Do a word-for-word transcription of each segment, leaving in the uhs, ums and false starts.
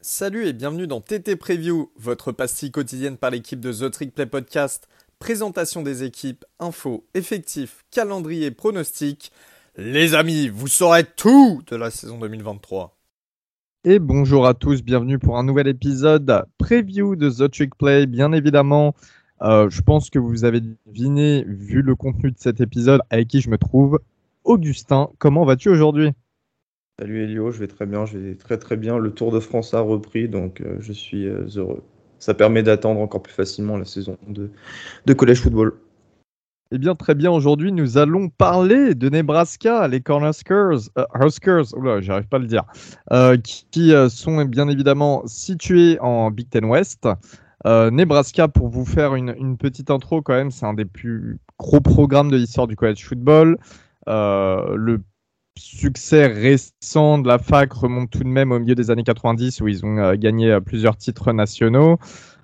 Salut et bienvenue dans T T Preview, votre pastille quotidienne par l'équipe de The Trick Play Podcast. Présentation des équipes, infos, effectifs, calendrier, pronostics. Les amis, vous saurez tout de la saison deux mille vingt-trois. Et bonjour à tous, bienvenue pour un nouvel épisode preview de The Trick Play. Bien évidemment, euh, je pense que vous avez deviné, vu le contenu de cet épisode, avec qui je me trouve. Augustin, comment vas-tu aujourd'hui? Salut Elio, je vais très bien, je vais très très bien. Le Tour de France a repris, donc euh, je suis euh, heureux. Ça permet d'attendre encore plus facilement la saison de, de college football. Eh bien, très bien, aujourd'hui, nous allons parler de Nebraska, les Cornhuskers, euh, Huskers, oula, j'arrive pas à le dire, euh, qui, qui, euh, sont bien évidemment situés en Big Ten West. Euh, Nebraska, pour vous faire une, une petite intro quand même, c'est un des plus gros programmes de l'histoire du college football. Euh, le succès récent de la fac remonte tout de même au milieu des années quatre-vingt-dix où ils ont euh, gagné euh, plusieurs titres nationaux.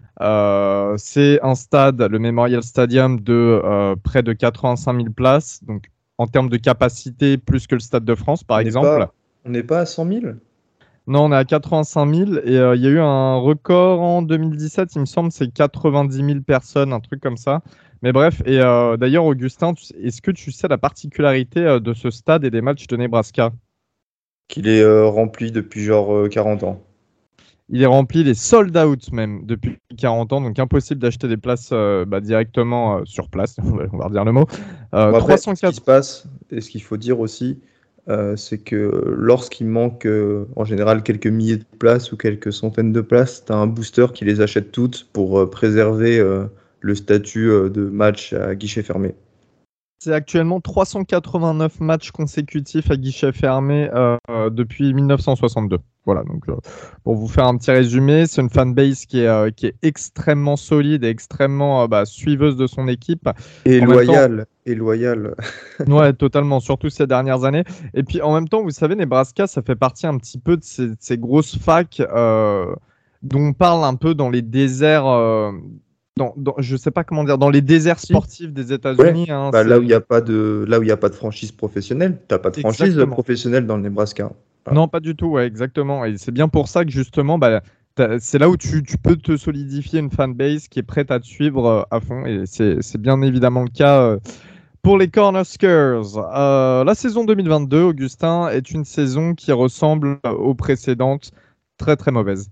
Euh, c'est un stade, le Memorial Stadium, de euh, près de quatre-vingt-cinq mille places. Donc, en termes de capacité, plus que le Stade de France, par On n'est exemple. pas, on n'est pas à cent mille? Non, on est à quatre-vingt-cinq mille et euh, il y a eu un record en deux mille dix-sept, il me semble, c'est quatre-vingt-dix mille personnes, un truc comme ça. Mais bref, et euh, d'ailleurs, Augustin, tu- est-ce que tu sais la particularité euh, de ce stade et des matchs de Nebraska? Qu'il est euh, rempli depuis genre euh, quarante ans. Il est rempli, il est sold out même depuis quarante ans, donc impossible d'acheter des places euh, bah, directement euh, sur place, on va, on va redire le mot. Euh, Bon, après, ce qui trois cent quatre. se passe, et ce qu'il faut dire aussi, euh, c'est que lorsqu'il manque euh, en général quelques milliers de places ou quelques centaines de places, tu as un booster qui les achète toutes pour euh, préserver euh, le statut euh, de match à guichet fermé. C'est actuellement trois cent quatre-vingt-neuf matchs consécutifs à guichet fermé euh, euh, depuis mille neuf cent soixante-deux. Voilà, donc euh, pour vous faire un petit résumé, c'est une fanbase qui est, euh, qui est extrêmement solide et extrêmement euh, bah, suiveuse de son équipe. Et En même temps, loyal, et loyal. ouais, totalement, surtout ces dernières années. Et puis en même temps, vous savez, Nebraska, ça fait partie un petit peu de ces, de ces grosses facs euh, dont on parle un peu dans les déserts, euh, dans, dans- je sais pas comment dire, dans les déserts Si. sportifs des Ouais, États-Unis. Hein, bah, là où c'est il n'y a pas de là où il y a pas de franchise professionnelle, t'as pas de franchise exactement. professionnelle dans le Nebraska. Voilà. Non, pas du tout, ouais, exactement. Et c'est bien pour ça que justement, bah, t'as- c'est là où tu, tu peux te solidifier une fanbase qui est prête à te suivre euh, à fond. Et c'est c'est bien évidemment le cas euh, pour les Cornhuskers. Euh, la saison deux mille vingt-deux, Augustin, est une saison qui ressemble aux précédentes, très très mauvaise.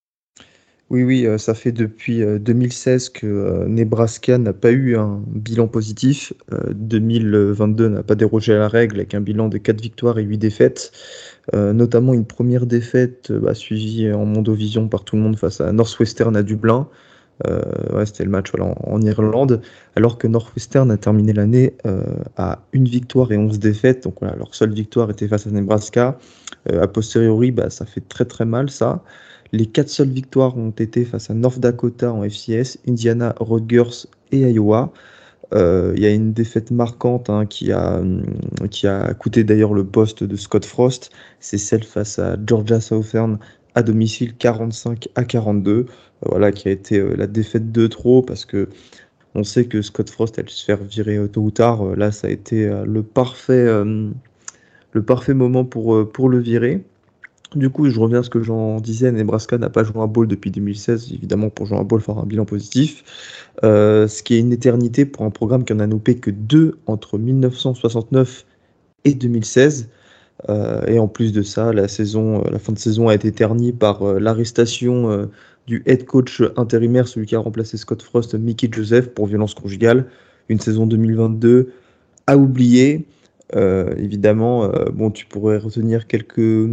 Oui, oui, euh, ça fait depuis euh, deux mille seize que euh, Nebraska n'a pas eu un bilan positif. Euh, deux mille vingt-deux n'a pas dérogé à la règle avec un bilan de quatre victoires et huit défaites. Euh, notamment une première défaite euh, bah, suivie en Mondovision par tout le monde face à Northwestern à Dublin. Euh, ouais, c'était le match voilà, en, en Irlande, alors que Northwestern a terminé l'année euh, à une victoire et onze défaites. Donc voilà, leur seule victoire était face à Nebraska. Euh, a posteriori, bah, ça fait très très mal ça. Les quatre seules victoires ont été face à North Dakota en F C S, Indiana, Rutgers et Iowa. Euh, Il y a une défaite marquante hein, qui a, hum, qui a coûté d'ailleurs le poste de Scott Frost. C'est celle face à Georgia Southern à domicile quarante-cinq à quarante-deux. Euh, voilà, qui a été euh, la défaite de trop parce que on sait que Scott Frost allait se faire virer euh, tôt ou tard. Euh, là, ça a été euh, le parfait, euh, le parfait moment pour, euh, pour le virer. Du coup, je reviens à ce que j'en disais, Nebraska n'a pas joué un bowl depuis deux mille seize, évidemment pour jouer un bowl, il faut avoir un bilan positif, Euh, ce qui est une éternité pour un programme qui en a loupé que deux entre mille neuf cent soixante-neuf et deux mille seize. Euh, et en plus de ça, la saison, euh, la fin de saison a été ternie par euh, l'arrestation euh, du head coach intérimaire, celui qui a remplacé Scott Frost, Mickey Joseph, pour violence conjugale. Une saison deux mille vingt-deux à oublier. Euh, évidemment, euh, bon, tu pourrais retenir quelques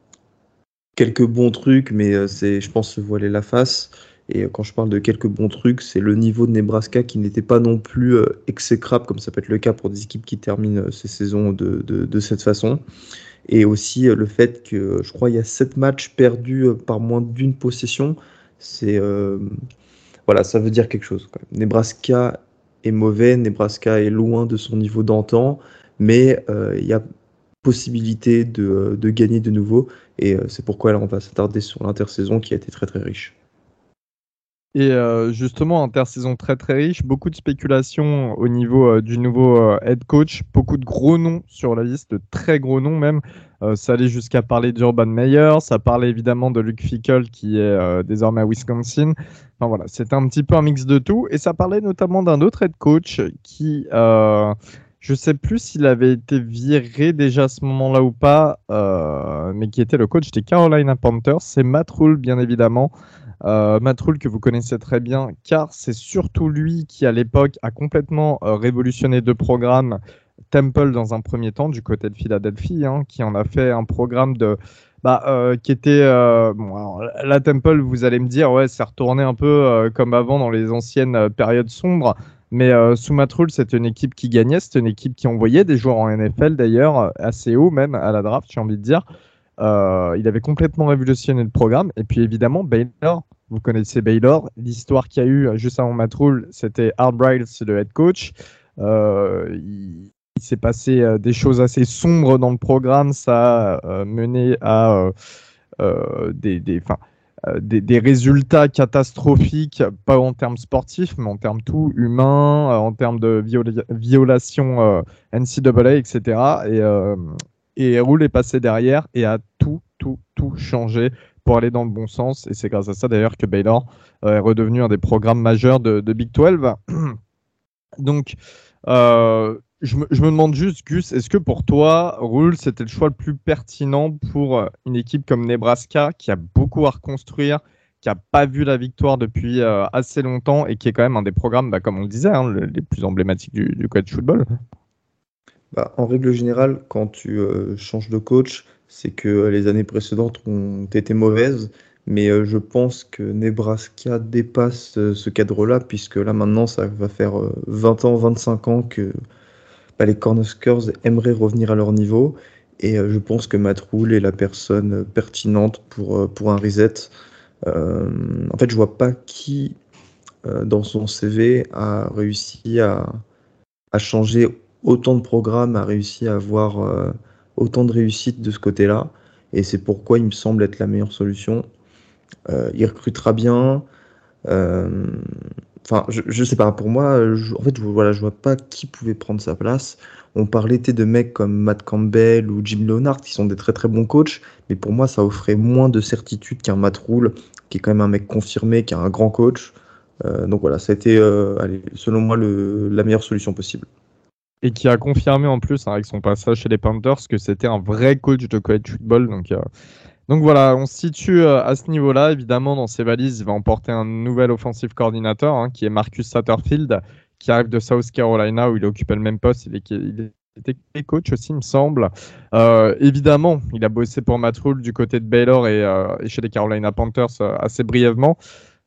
quelques bons trucs, mais euh, c'est, je pense, se voiler la face. Et euh, quand je parle de quelques bons trucs, c'est le niveau de Nebraska qui n'était pas non plus euh, exécrable, comme ça peut être le cas pour des équipes qui terminent euh, ces saisons de, de, de cette façon. Et aussi euh, le fait que euh, je crois il y a sept matchs perdus euh, par moins d'une possession. C'est euh, voilà, ça veut dire quelque chose, quoi. Nebraska est mauvais, Nebraska est loin de son niveau d'antan, mais euh, il y a possibilité de, de gagner de nouveau. Et euh, c'est pourquoi là, on va s'attarder sur l'intersaison qui a été très très riche. Et euh, justement, intersaison très très riche, beaucoup de spéculations au niveau euh, du nouveau euh, head coach, beaucoup de gros noms sur la liste, de très gros noms même. Euh, ça allait jusqu'à parler d'Urban Meyer, ça parlait évidemment de Luke Fickell qui est euh, désormais à Wisconsin. Enfin voilà, c'était un petit peu un mix de tout. Et ça parlait notamment d'un autre head coach qui, euh, je sais plus s'il avait été viré déjà à ce moment-là ou pas, euh, mais qui était le coach des Carolina Panthers. C'est Matt Rhule, bien évidemment. Euh, Matt Rhule que vous connaissez très bien, car c'est surtout lui qui, à l'époque, a complètement euh, révolutionné deux programmes. Temple, dans un premier temps, du côté de Philadelphie, hein, qui en a fait un programme de, bah, euh, qui était... Euh, bon, alors, la Temple, vous allez me dire, ouais, c'est retourné un peu euh, comme avant dans les anciennes euh, périodes sombres, mais euh, sous Matt Rhule, c'était une équipe qui gagnait, c'était une équipe qui envoyait des joueurs en N F L, d'ailleurs, assez haut même à la draft, j'ai envie de dire. Euh, il avait complètement révolutionné le programme. Et puis évidemment, Baylor, vous connaissez Baylor. L'histoire qu'il y a eu juste avant Matt Rhule, c'était Art Briles, le head coach. Euh, il, il s'est passé euh, des choses assez sombres dans le programme. Ça a euh, mené à euh, euh, des, des, euh, des, des résultats catastrophiques, pas en termes sportifs, mais en termes tout humains, euh, en termes de viola violation euh, N C A A, et cetera. Et, euh, et Rhule est passé derrière et a tout, tout, tout changé pour aller dans le bon sens. Et c'est grâce à ça d'ailleurs que Baylor euh, est redevenu un des programmes majeurs de, de Big douze. Donc, euh, je, me, je me demande juste, Gus, est-ce que pour toi, Rhule, c'était le choix le plus pertinent pour une équipe comme Nebraska, qui a beaucoup à reconstruire, qui n'a pas vu la victoire depuis euh, assez longtemps et qui est quand même un des programmes, bah, comme on le disait, hein, le, les plus emblématiques du, du college football? Bah, en règle générale, quand tu euh, changes de coach, c'est que les années précédentes ont été mauvaises, mais euh, je pense que Nebraska dépasse euh, ce cadre-là, puisque là maintenant, ça va faire euh, vingt ans, vingt-cinq ans que bah, les Cornhuskers aimeraient revenir à leur niveau, et euh, je pense que Matt Rhule est la personne pertinente pour, euh, pour un reset. Euh, en fait, je vois pas qui, euh, dans son C V, a réussi à a changé autant de programmes, a réussi à avoir euh, autant de réussite de ce côté-là. Et c'est pourquoi il me semble être la meilleure solution. Euh, il recrutera bien. euh, Enfin, je, je sais pas, pour moi, je- en fait, je, voilà, je vois pas qui pouvait prendre sa place. On parlait tu sais, de mecs comme Matt Campbell ou Jim Leonard, qui sont des très très bons coachs, mais pour moi, ça offrait moins de certitude qu'un Matt Rhule, qui est quand même un mec confirmé, qui est un grand coach. Euh, donc voilà, ça a été, euh, allez, selon moi, le, la meilleure solution possible. Et qui a confirmé en plus, hein, avec son passage chez les Panthers, que c'était un vrai coach de college football. Donc, euh, donc voilà, on se situe euh, à ce niveau-là. Évidemment, dans ses valises, il va emporter un nouvel offensive coordinator, hein, qui est Marcus Satterfield, qui arrive de South Carolina, où il occupait le même poste. Il, est, il était coach aussi, il me semble. Euh, évidemment, il a bossé pour Matt Rhule du côté de Baylor et, euh, et chez les Carolina Panthers euh, assez brièvement.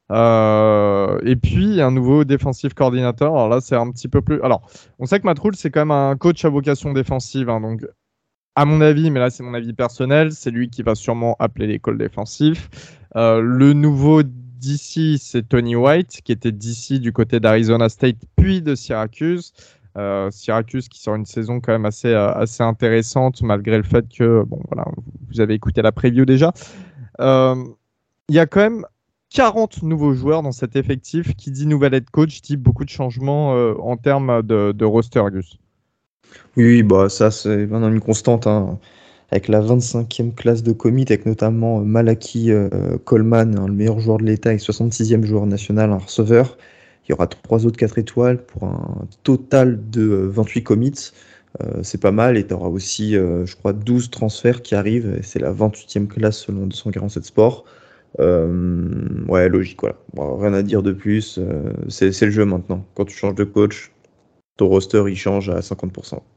Euh, et puis un nouveau défensif coordinateur. Alors là, c'est un petit peu plus. Alors, on sait que Matt Rhule, c'est quand même un coach à vocation défensive, hein, donc à mon avis, mais là c'est mon avis personnel, c'est lui qui va sûrement appeler l'école défensive. Euh, le nouveau D C, c'est Tony White, qui était D C du côté d'Arizona State, puis de Syracuse. Euh, Syracuse qui sort une saison quand même assez, euh, assez intéressante, malgré le fait que, bon voilà, vous avez écouté la preview déjà. Euh, Il y a quand même quarante nouveaux joueurs dans cet effectif. Qui dit nouvel head coach dit beaucoup de changements euh, en termes de, de roster, Gus. Oui, oui, bah ça c'est maintenant une constante, hein. Avec la vingt-cinquième classe de commit, avec notamment euh, Malachi euh, Coleman, hein, le meilleur joueur de l'État et soixante-sixième joueur national, un receveur. Il y aura trois autres quatre étoiles pour un total de euh, vingt-huit commits. Euh, c'est pas mal. Et tu auras aussi, euh, je crois, douze transferts qui arrivent. Et c'est la vingt-huitième classe selon deux cent quarante-sept Sports. Euh, ouais, logique, voilà. Bon, rien à dire de plus. Euh, c'est c'est le jeu maintenant. Quand tu changes de coach, ton roster il change à cinquante pour cent.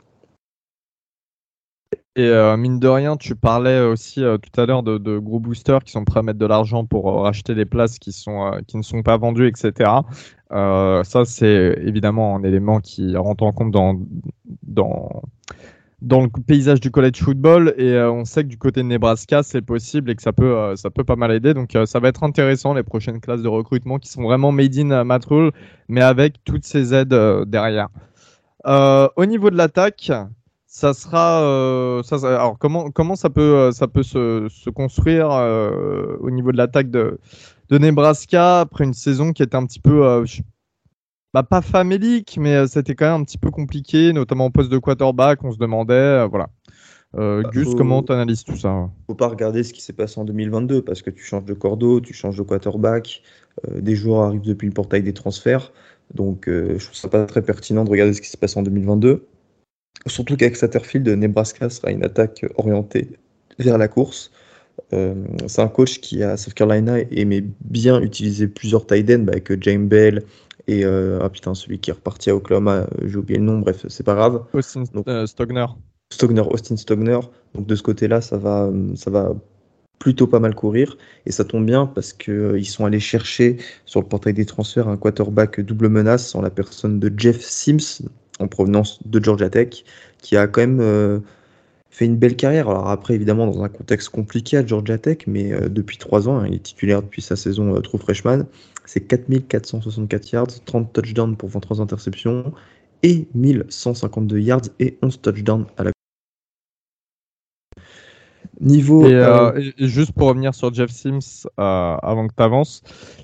Et euh, mine de rien, tu parlais aussi euh, tout à l'heure de, de gros boosters qui sont prêts à mettre de l'argent pour euh, racheter les places qui, sont, euh, qui ne sont pas vendues, et cetera. Euh, ça, c'est évidemment un élément qui rentre en compte dans, dans, dans le paysage du college football. Et euh, on sait que du côté de Nebraska, c'est possible et que ça peut, euh, ça peut pas mal aider. Donc euh, ça va être intéressant, les prochaines classes de recrutement qui sont vraiment made in euh, Matt Rhule, mais avec toutes ces aides euh, derrière. Euh, au niveau de l'attaque, Ça sera, euh, ça, ça- alors comment comment ça peut euh, ça peut se, se construire euh, au niveau de l'attaque de, de Nebraska après une saison qui était un petit peu euh, je- bah, pas famélique, mais euh, c'était quand même un petit peu compliqué, notamment au poste de quarterback. On se demandait, euh, voilà. Euh, Bah, Gus, comment faut, tu analyses tout ça? faut pas regarder ce qui s'est passé en deux mille vingt-deux parce que tu changes de cordeau, tu changes de quarterback, euh, des joueurs arrivent depuis le portail des transferts. Donc, euh, je trouve ça pas très pertinent de regarder ce qui s'est passé en deux mille vingt-deux. Surtout qu'avec Satterfield, Nebraska sera une attaque orientée vers la course. Euh, c'est un coach qui, à South Carolina, aimait bien utiliser plusieurs tight ends bah, avec James Bell et euh, ah putain, celui qui est reparti à Oklahoma, euh, j'ai oublié le nom, bref, c'est pas grave. Austin Donc, euh, Stogner. Stogner, Austin Stogner. Donc, de ce côté-là, ça va, euh, ça va plutôt pas mal courir. Et ça tombe bien parce qu'ils sont allés chercher sur le portail des transferts un quarterback double menace en la personne de Jeff Sims, en provenance de Georgia Tech, qui a quand même euh, fait une belle carrière. Alors après, évidemment, dans un contexte compliqué à Georgia Tech, mais euh, depuis trois ans, hein, il est titulaire depuis sa saison euh, true freshman. C'est quatre mille quatre cent soixante-quatre yards, trente touchdowns pour vingt-trois interceptions et mille cent cinquante-deux yards et onze touchdowns à la Et, niveau. euh, euh, et- et juste pour revenir sur Jeff Sims, euh, avant que tu avances,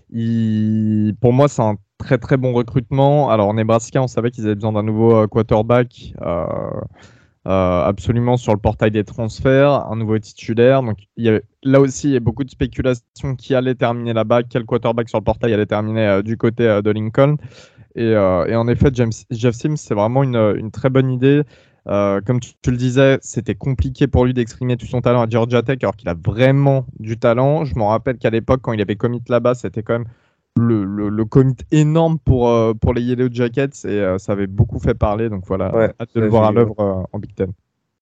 il... pour moi, c'est un très très bon recrutement. Alors, Nebraska, on savait qu'ils avaient besoin d'un nouveau euh, quarterback, euh, euh, absolument sur le portail des transferts, un nouveau titulaire. Donc, il y avait... là aussi, il y a beaucoup de spéculations qui allaient terminer là-bas, quel quarterback sur le portail allait terminer euh, du côté euh, de Lincoln. Et, euh, et en effet, James, Jeff Sims, c'est vraiment une, une très bonne idée. Euh, comme tu, tu le disais, c'était compliqué pour lui d'exprimer tout son talent à Georgia Tech, alors qu'il a vraiment du talent. Je me rappelle qu'à l'époque, quand il avait commit là-bas, c'était quand même le, le, le commit énorme pour, euh, pour les Yellow Jackets et euh, ça avait beaucoup fait parler. Donc voilà, ouais, hâte de le ça, voir j'ai à lu, ouais. l'œuvre euh, en Big Ten.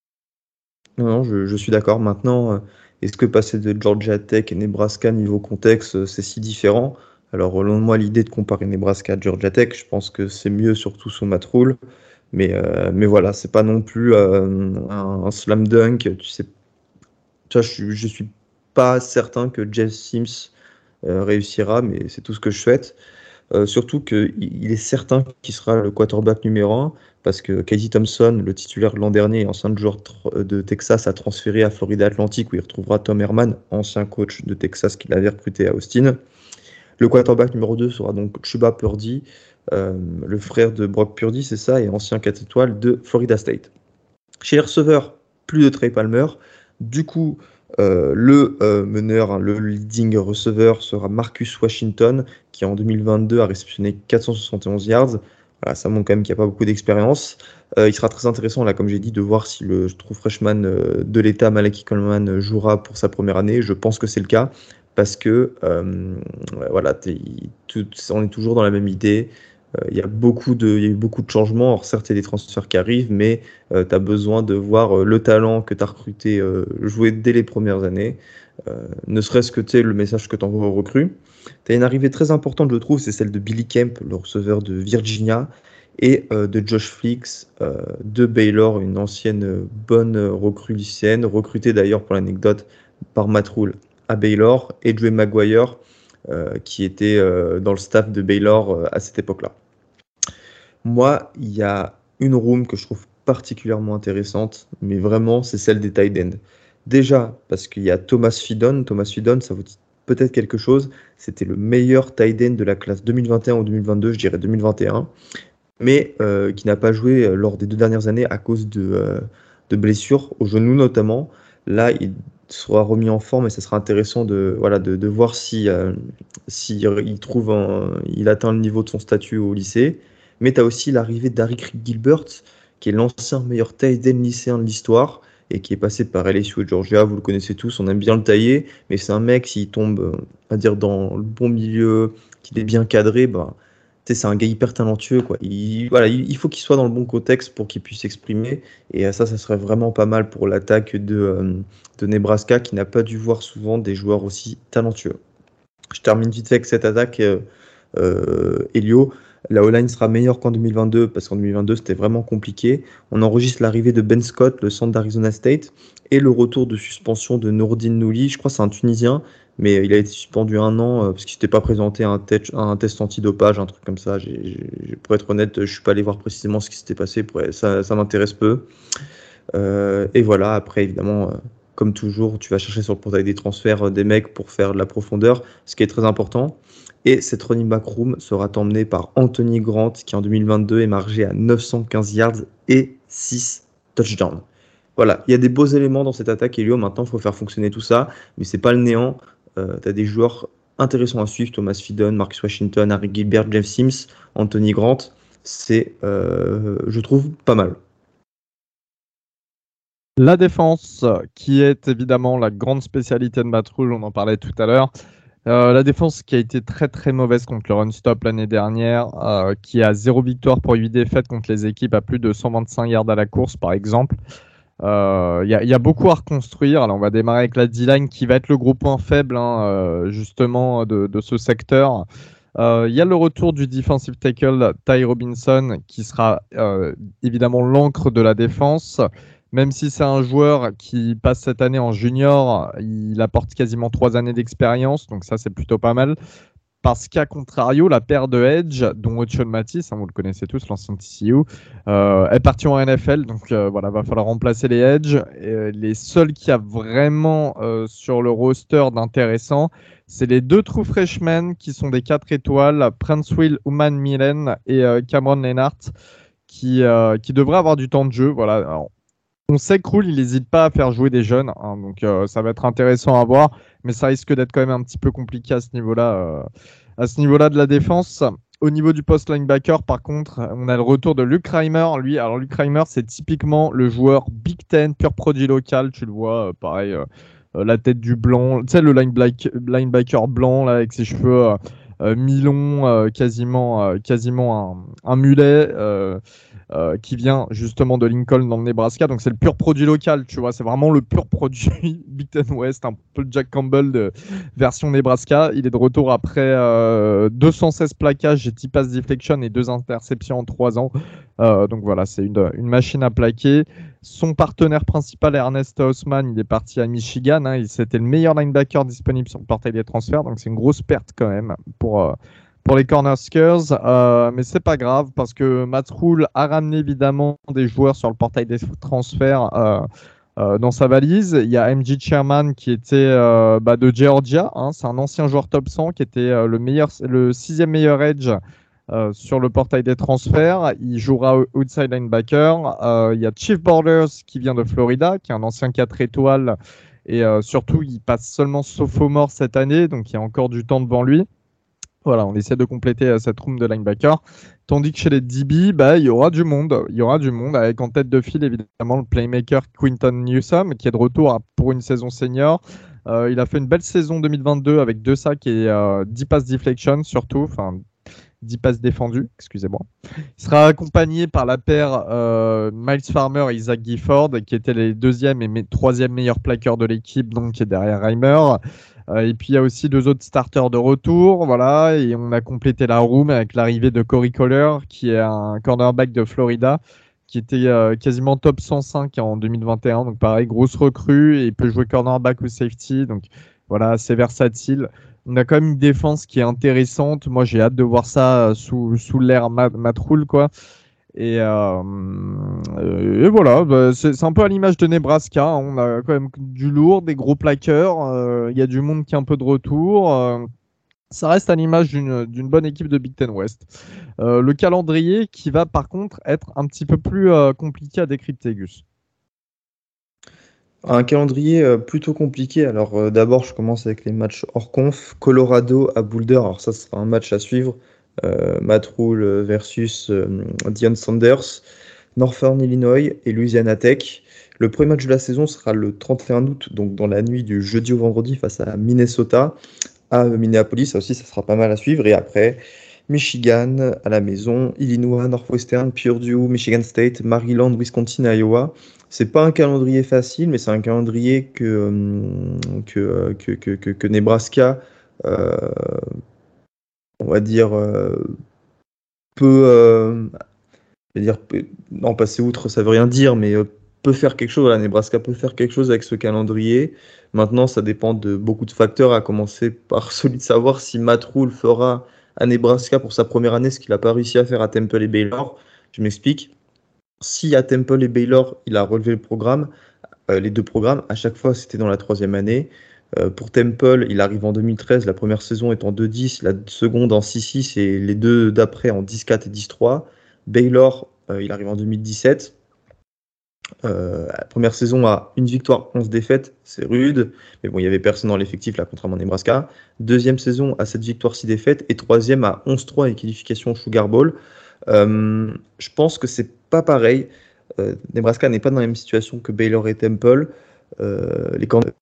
Non, non, je, je suis d'accord. Maintenant, euh, est-ce que passer de Georgia Tech et Nebraska niveau contexte, euh, c'est si différent? Alors, loin de moi l'idée de comparer Nebraska à Georgia Tech. Je pense que c'est mieux, surtout sous Matt Rhule. Mais, euh, mais voilà, c'est pas non plus euh, un, un slam dunk. Tu sais, tu vois, je, suis- je suis pas certain que Jeff Sims euh, réussira, mais c'est tout ce que je souhaite. Euh, surtout qu'il il est certain qu'il sera le quarterback numéro un parce que Casey Thompson, le titulaire de l'an dernier, ancien joueur tr- de Texas, a transféré à Florida Atlantic où il retrouvera Tom Herman, ancien coach de Texas qu'il avait recruté à Austin. Le quarterback numéro deux sera donc Chuba Purdy, euh, le frère de Brock Purdy, c'est ça, et ancien quatre étoiles de Florida State. Chez les receveurs, plus de Trey Palmer. Du coup, euh, le euh, meneur, hein, le leading receveur sera Marcus Washington, qui en deux mille vingt-deux a réceptionné quatre cent soixante et onze yards. Voilà, ça montre quand même qu'il n'y a pas beaucoup d'expérience. Euh, il sera très intéressant, là, comme j'ai dit, de voir si le true freshman euh, de l'État, Malachi Coleman, jouera pour sa première année. Je pense que c'est le cas, parce que euh, voilà, tout, on est toujours dans la même idée. Euh, il y a beaucoup de, il y a eu beaucoup de changements. Alors, certes, il y a des transferts qui arrivent, mais euh, tu as besoin de voir euh, le talent que tu as recruté euh, jouer dès les premières années. Euh, ne serait-ce que tu sais, le message que tu envoies aux recrues. Tu as une arrivée très importante, je trouve, c'est celle de Billy Kemp, le receveur de Virginia, et euh, de Josh Flicks euh, de Baylor, une ancienne euh, bonne euh, recrue lycéenne, recrutée d'ailleurs pour l'anecdote par Matt Rhule à Baylor, et Dre Maguire, euh, qui était euh, dans le staff de Baylor euh, à cette époque-là. Moi, il y a une room que je trouve particulièrement intéressante, mais vraiment, c'est celle des tight ends. Déjà, parce qu'il y a Thomas Fidon. Thomas Fidon, ça vous dit peut-être quelque chose. C'était le meilleur tight end de la classe deux mille vingt et un ou deux mille vingt-deux, je dirais deux mille vingt et un, mais euh, qui n'a pas joué euh, lors des deux dernières années à cause de, euh, de blessures, au genou notamment. Là, il sera remis en forme et ça sera intéressant de, voilà, de, de voir si, euh, si il trouve un- il atteint le niveau de son statut au lycée. Mais tu as aussi l'arrivée d'Aric Gilbert, qui est l'ancien meilleur tight end lycéen de l'histoire et qui est passé par L S U et Georgia. Vous le connaissez tous, on aime bien le tailler, mais c'est un mec, s'il tombe, euh, à dire, dans le bon milieu, qu'il est bien cadré, bah, tu sais, c'est un gars hyper talentueux, quoi. Il, voilà, il, il faut qu'il soit dans le bon contexte pour qu'il puisse s'exprimer. Et euh, ça, ça serait vraiment pas mal pour l'attaque de, euh, de Nebraska, qui n'a pas dû voir souvent des joueurs aussi talentueux. Je termine vite fait avec cette attaque, euh, euh, Elio. La O-line sera meilleure qu'en deux mille vingt-deux, parce qu'en deux mille vingt-deux, c'était vraiment compliqué. On enregistre l'arrivée de Ben Scott, le centre d'Arizona State, et le retour de suspension de Nourdin Nouli. Je crois que c'est un Tunisien, mais il a été suspendu un an euh, parce qu'il s'était pas présenté à un, te- à un test antidopage, un truc comme ça. J'ai- j'ai- pour être honnête, je suis pas allé voir précisément ce qui s'était passé. Pour- ça ça m'intéresse peu. Euh, et voilà, après, évidemment, euh, comme toujours, tu vas chercher sur le portail des transferts euh, des mecs pour faire de la profondeur, ce qui est très important. Et cette running back room sera emmenée par Anthony Grant, qui en deux mille vingt-deux est margé à neuf cent quinze yards et six touchdowns. Voilà, il y a des beaux éléments dans cette attaque, Elio. Maintenant, il faut faire fonctionner tout ça, mais c'est pas le néant. Euh, tu as des joueurs intéressants à suivre, Thomas Fidon, Marcus Washington, Harry Gilbert, Jeff Sims, Anthony Grant. C'est, euh, je trouve, pas mal. La défense, qui est évidemment la grande spécialité de Matt Rhule, on en parlait tout à l'heure. Euh, la défense qui a été très très mauvaise contre le run-stop l'année dernière, euh, qui a zéro victoire pour huit défaites contre les équipes à plus de cent vingt-cinq yards à la course, par exemple. Il euh, y, y a beaucoup à reconstruire. Alors, on va démarrer avec la D-line qui va être le gros point faible hein, euh, justement de, de ce secteur. Il euh, y a le retour du defensive tackle Ty Robinson qui sera euh, évidemment l'encre de la défense. Même si c'est un joueur qui passe cette année en junior, il apporte quasiment trois années d'expérience, donc ça c'est plutôt pas mal. Parce qu'à contrario, la paire de Edge, dont Ocho Matisse, hein, vous le connaissez tous, l'ancien T C U, euh, est parti en N F L. Donc euh, voilà, va falloir remplacer les Edge. Et les seuls qui a vraiment euh, sur le roster d'intéressant, c'est les deux true freshmen qui sont des quatre étoiles, Prince Will, Uman Milen et euh, Cameron Lennart, qui, euh, qui devraient avoir du temps de jeu. Voilà. Alors, on sait que Rhule, il n'hésite pas à faire jouer des jeunes, hein, donc euh, ça va être intéressant à voir, mais ça risque d'être quand même un petit peu compliqué à ce niveau-là, euh, à ce niveau-là de la défense. Au niveau du post linebacker, par contre, on a le retour de Luke Reimer. Lui, alors Luke Reimer, c'est typiquement le joueur Big Ten, pur produit local. Tu le vois, euh, pareil, euh, euh, la tête du blanc, tu sais le linebacker, linebacker blanc là avec ses cheveux euh, euh, mi-longs, euh, quasiment, euh, quasiment un, un mulet. Euh, Euh, qui vient justement de Lincoln dans le Nebraska. Donc c'est le pur produit local, tu vois. C'est vraiment le pur produit Big Ten West, un peu le Jack Campbell de version Nebraska. Il est de retour après euh, deux cent seize plaquages et dix passes deflection et deux interceptions en trois ans. Euh, donc voilà, c'est une, une machine à plaquer. Son partenaire principal, Ernest Hausmann, il est parti à Michigan. Hein. C'était le meilleur linebacker disponible sur le portail des transferts. Donc c'est une grosse perte quand même pour... Euh, pour les Cornhuskers, euh, mais c'est pas grave parce que Matt Rhule a ramené évidemment des joueurs sur le portail des transferts euh, euh, dans sa valise. Il y a M J Sherman qui était euh, bah, de Georgia, hein, c'est un ancien joueur top cent qui était euh, le meilleur, le sixième meilleur edge euh, sur le portail des transferts. Il jouera outside linebacker. Euh, il y a Chief Borders qui vient de Florida, qui est un ancien quatre étoiles et euh, surtout il passe seulement sophomore cette année, donc il y a encore du temps devant lui. Voilà, on essaie de compléter euh, cette room de linebacker. Tandis que chez les D B, bah, il y aura du monde. Il y aura du monde avec en tête de file évidemment le playmaker Quinton Newsome qui est de retour à, pour une saison senior. Euh, il a fait une belle saison deux mille vingt-deux avec deux sacs et euh, dix passes deflection surtout. Enfin, dix passes défendues, excusez-moi. Il sera accompagné par la paire euh, Miles Farmer et Isaac Gifford qui étaient les deuxième et me- troisième meilleurs plaqueurs de l'équipe, donc qui est derrière Reimer. Euh, et puis il y a aussi deux autres starters de retour, voilà, et on a complété la room avec l'arrivée de Corey Kohler, qui est un cornerback de Florida, qui était euh, quasiment top cent cinq en deux mille vingt et un, donc pareil, grosse recrue, et il peut jouer cornerback ou safety, donc voilà, assez versatile. On a quand même une défense qui est intéressante, moi j'ai hâte de voir ça sous, sous l'ère Matt, Matt Rhule, quoi. Et, euh, et voilà, bah, c'est, c'est un peu à l'image de Nebraska. Hein. On a quand même du lourd, des gros plaqueurs. Il euh, y a du monde qui est un peu de retour. Euh, ça reste à l'image d'une, d'une bonne équipe de Big Ten West. Euh, le calendrier qui va par contre être un petit peu plus euh, compliqué à décrypter, Gus. Un calendrier euh, plutôt compliqué. Alors euh, d'abord, je commence avec les matchs hors conf. Colorado à Boulder. Alors ça, ce sera un match à suivre. Euh, Matt Rhule versus euh, Deion Sanders. Northern Illinois et Louisiana Tech. Le premier match de la saison sera le trente et un août, donc dans la nuit du jeudi au vendredi face à Minnesota, à Minneapolis. Ça aussi, ça sera pas mal à suivre. Et après, Michigan à la maison, Illinois, Northwestern, Purdue, Michigan State, Maryland, Wisconsin, Iowa. C'est pas un calendrier facile, mais c'est un calendrier que, que, que, que, que, que Nebraska, euh, on va dire, euh, peut... Euh, je veux dire, non, passer outre, ça veut rien dire, mais euh, peut faire quelque chose. Voilà, Nebraska peut faire quelque chose avec ce calendrier. Maintenant, ça dépend de beaucoup de facteurs, à commencer par celui de savoir si Matt Rhule fera à Nebraska pour sa première année ce qu'il n'a pas réussi à faire à Temple et Baylor. Je m'explique. si à Temple et Baylor, il a relevé le programme, euh, les deux programmes, à chaque fois, c'était dans la troisième année. Euh, pour Temple, il arrive en deux mille treize, la première saison est en deux dix, la seconde en six six et les deux d'après en dix quatre et dix trois. Baylor, euh, il arrive en deux mille dix-sept. Euh, la première saison à une victoire, onze défaites, c'est rude, mais bon, il n'y avait personne dans l'effectif là, contrairement à Nebraska. Deuxième saison à sept victoires, six défaites, et troisième à onze trois et qualification au Sugar Bowl. Euh, je pense que c'est pas pareil. Euh, Nebraska n'est pas dans la même situation que Baylor et Temple. Euh, les corners,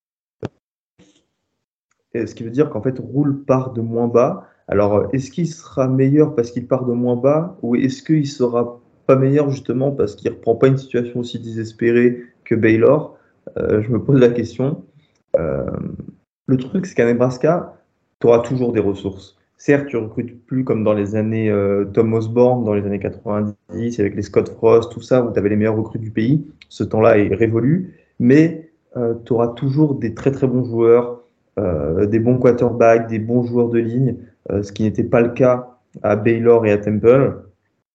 ce qui veut dire qu'en fait, Rule part de moins bas. Alors, est-ce qu'il sera meilleur parce qu'il part de moins bas, ou est-ce qu'il sera pas meilleur justement parce qu'il reprend pas une situation aussi désespérée que Baylor? euh, Je me pose la question. Euh, le truc, c'est qu'à Nebraska, tu auras toujours des ressources. Certes, tu recrutes plus comme dans les années euh, Tom Osborne, dans les années quatre-vingt-dix, avec les Scott Frost, tout ça, où tu avais les meilleurs recrues du pays. Ce temps-là est révolu. Mais euh, tu auras toujours des très très bons joueurs, euh, des bons quarterbacks, des bons joueurs de ligne, euh, ce qui n'était pas le cas à Baylor et à Temple.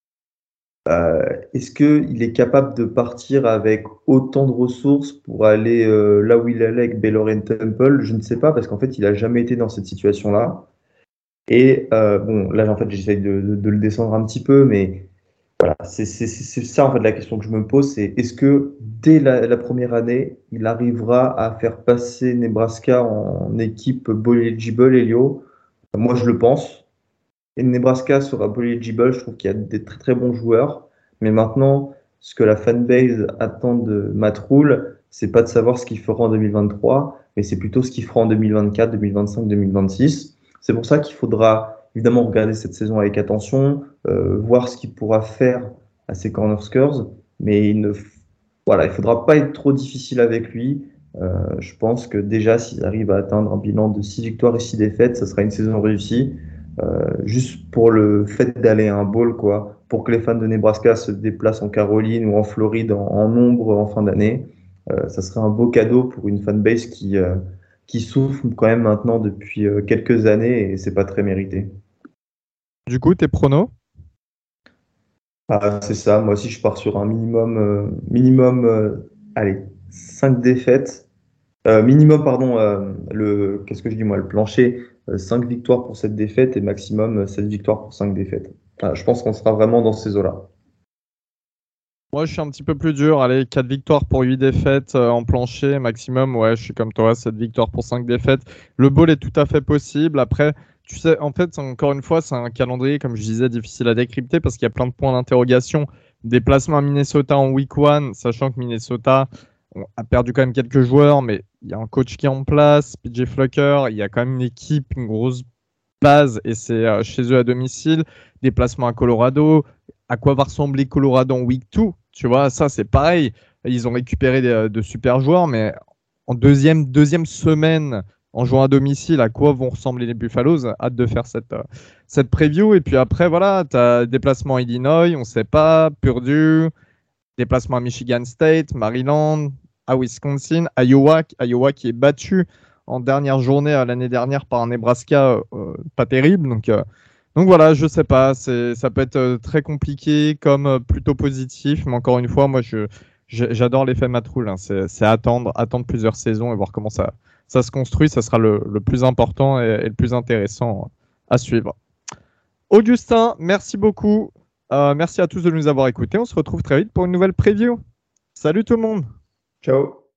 Euh, est-ce qu'il est capable de partir avec autant de ressources pour aller euh, là où il allait avec Baylor et Temple? Je ne sais pas, parce qu'en fait, il n'a jamais été dans cette situation-là. Et euh, bon, là, en fait, j'essaye de, de, de le descendre un petit peu, mais voilà, c'est ça en fait la question que je me pose, c'est est-ce que dès la, la première année, il arrivera à faire passer Nebraska en équipe bowl eligible, Elio? Moi, je le pense. Et Nebraska sera bowl eligible, je trouve qu'il y a des très très bons joueurs. Mais maintenant, ce que la fanbase attend de Matt Rhule, c'est pas de savoir ce qu'il fera en deux mille vingt-trois, mais c'est plutôt ce qu'il fera en deux mille vingt-quatre, deux mille vingt-cinq, deux mille vingt-six. C'est pour ça qu'il faudra évidemment regarder cette saison avec attention, euh, voir ce qu'il pourra faire à ses Cornhuskers, mais il ne, voilà, il faudra pas être trop difficile avec lui. Euh, je pense que déjà, s'il arrive à atteindre un bilan de six victoires et six défaites, ça sera une saison réussie. Euh, juste pour le fait d'aller à un bowl, quoi, pour que les fans de Nebraska se déplacent en Caroline ou en Floride en, en nombre en fin d'année. Euh, ça serait un beau cadeau pour une fanbase qui, euh, qui souffre quand même maintenant depuis euh, quelques années et c'est pas très mérité. Du coup, tes pronos? Ah, c'est ça, moi aussi je pars sur un minimum, euh, minimum euh, allez, cinq défaites. Euh, minimum, pardon, euh, le, qu'est-ce que je dis moi, le plancher, euh, cinq victoires pour cette défaite et maximum euh, sept victoires pour cinq défaites. Voilà, je pense qu'on sera vraiment dans ces eaux-là. Moi, je suis un petit peu plus dur. Allez, quatre victoires pour huit défaites euh, en plancher, maximum. Ouais, je suis comme toi, sept victoires pour cinq défaites. Le bowl est tout à fait possible. Après, tu sais, en fait, encore une fois, c'est un calendrier, comme je disais, difficile à décrypter parce qu'il y a plein de points d'interrogation. Déplacement à Minnesota en week one, sachant que Minnesota on a perdu quand même quelques joueurs, mais il y a un coach qui est en place, P J Flucker, il y a quand même une équipe, une grosse base, et c'est euh, chez eux à domicile. Déplacement à Colorado. À quoi va ressembler Colorado en week deux? Tu vois, ça, c'est pareil. Ils ont récupéré de, de super joueurs, mais en deuxième, deuxième semaine, en jouant à domicile, à quoi vont ressembler les Buffaloes? Hâte de faire cette, euh, cette preview. Et puis après, voilà, tu as déplacement à Illinois, on ne sait pas, Purdue, déplacement à Michigan State, Maryland, à Wisconsin, Iowa, Iowa qui est battu en dernière journée à l'année dernière par un Nebraska euh, pas terrible. Donc, euh, donc voilà, je sais pas, c'est, ça peut être euh, très compliqué comme euh, plutôt positif, mais encore une fois, moi je, je- j'adore l'effet Matt Rhule, hein. C'est, c'est attendre, attendre plusieurs saisons et voir comment ça, ça se construit, ça sera le, le plus important et, et le plus intéressant à suivre. Augustin, merci beaucoup. Euh, merci à tous de nous avoir écoutés. On se retrouve très vite pour une nouvelle preview. Salut tout le monde. Ciao.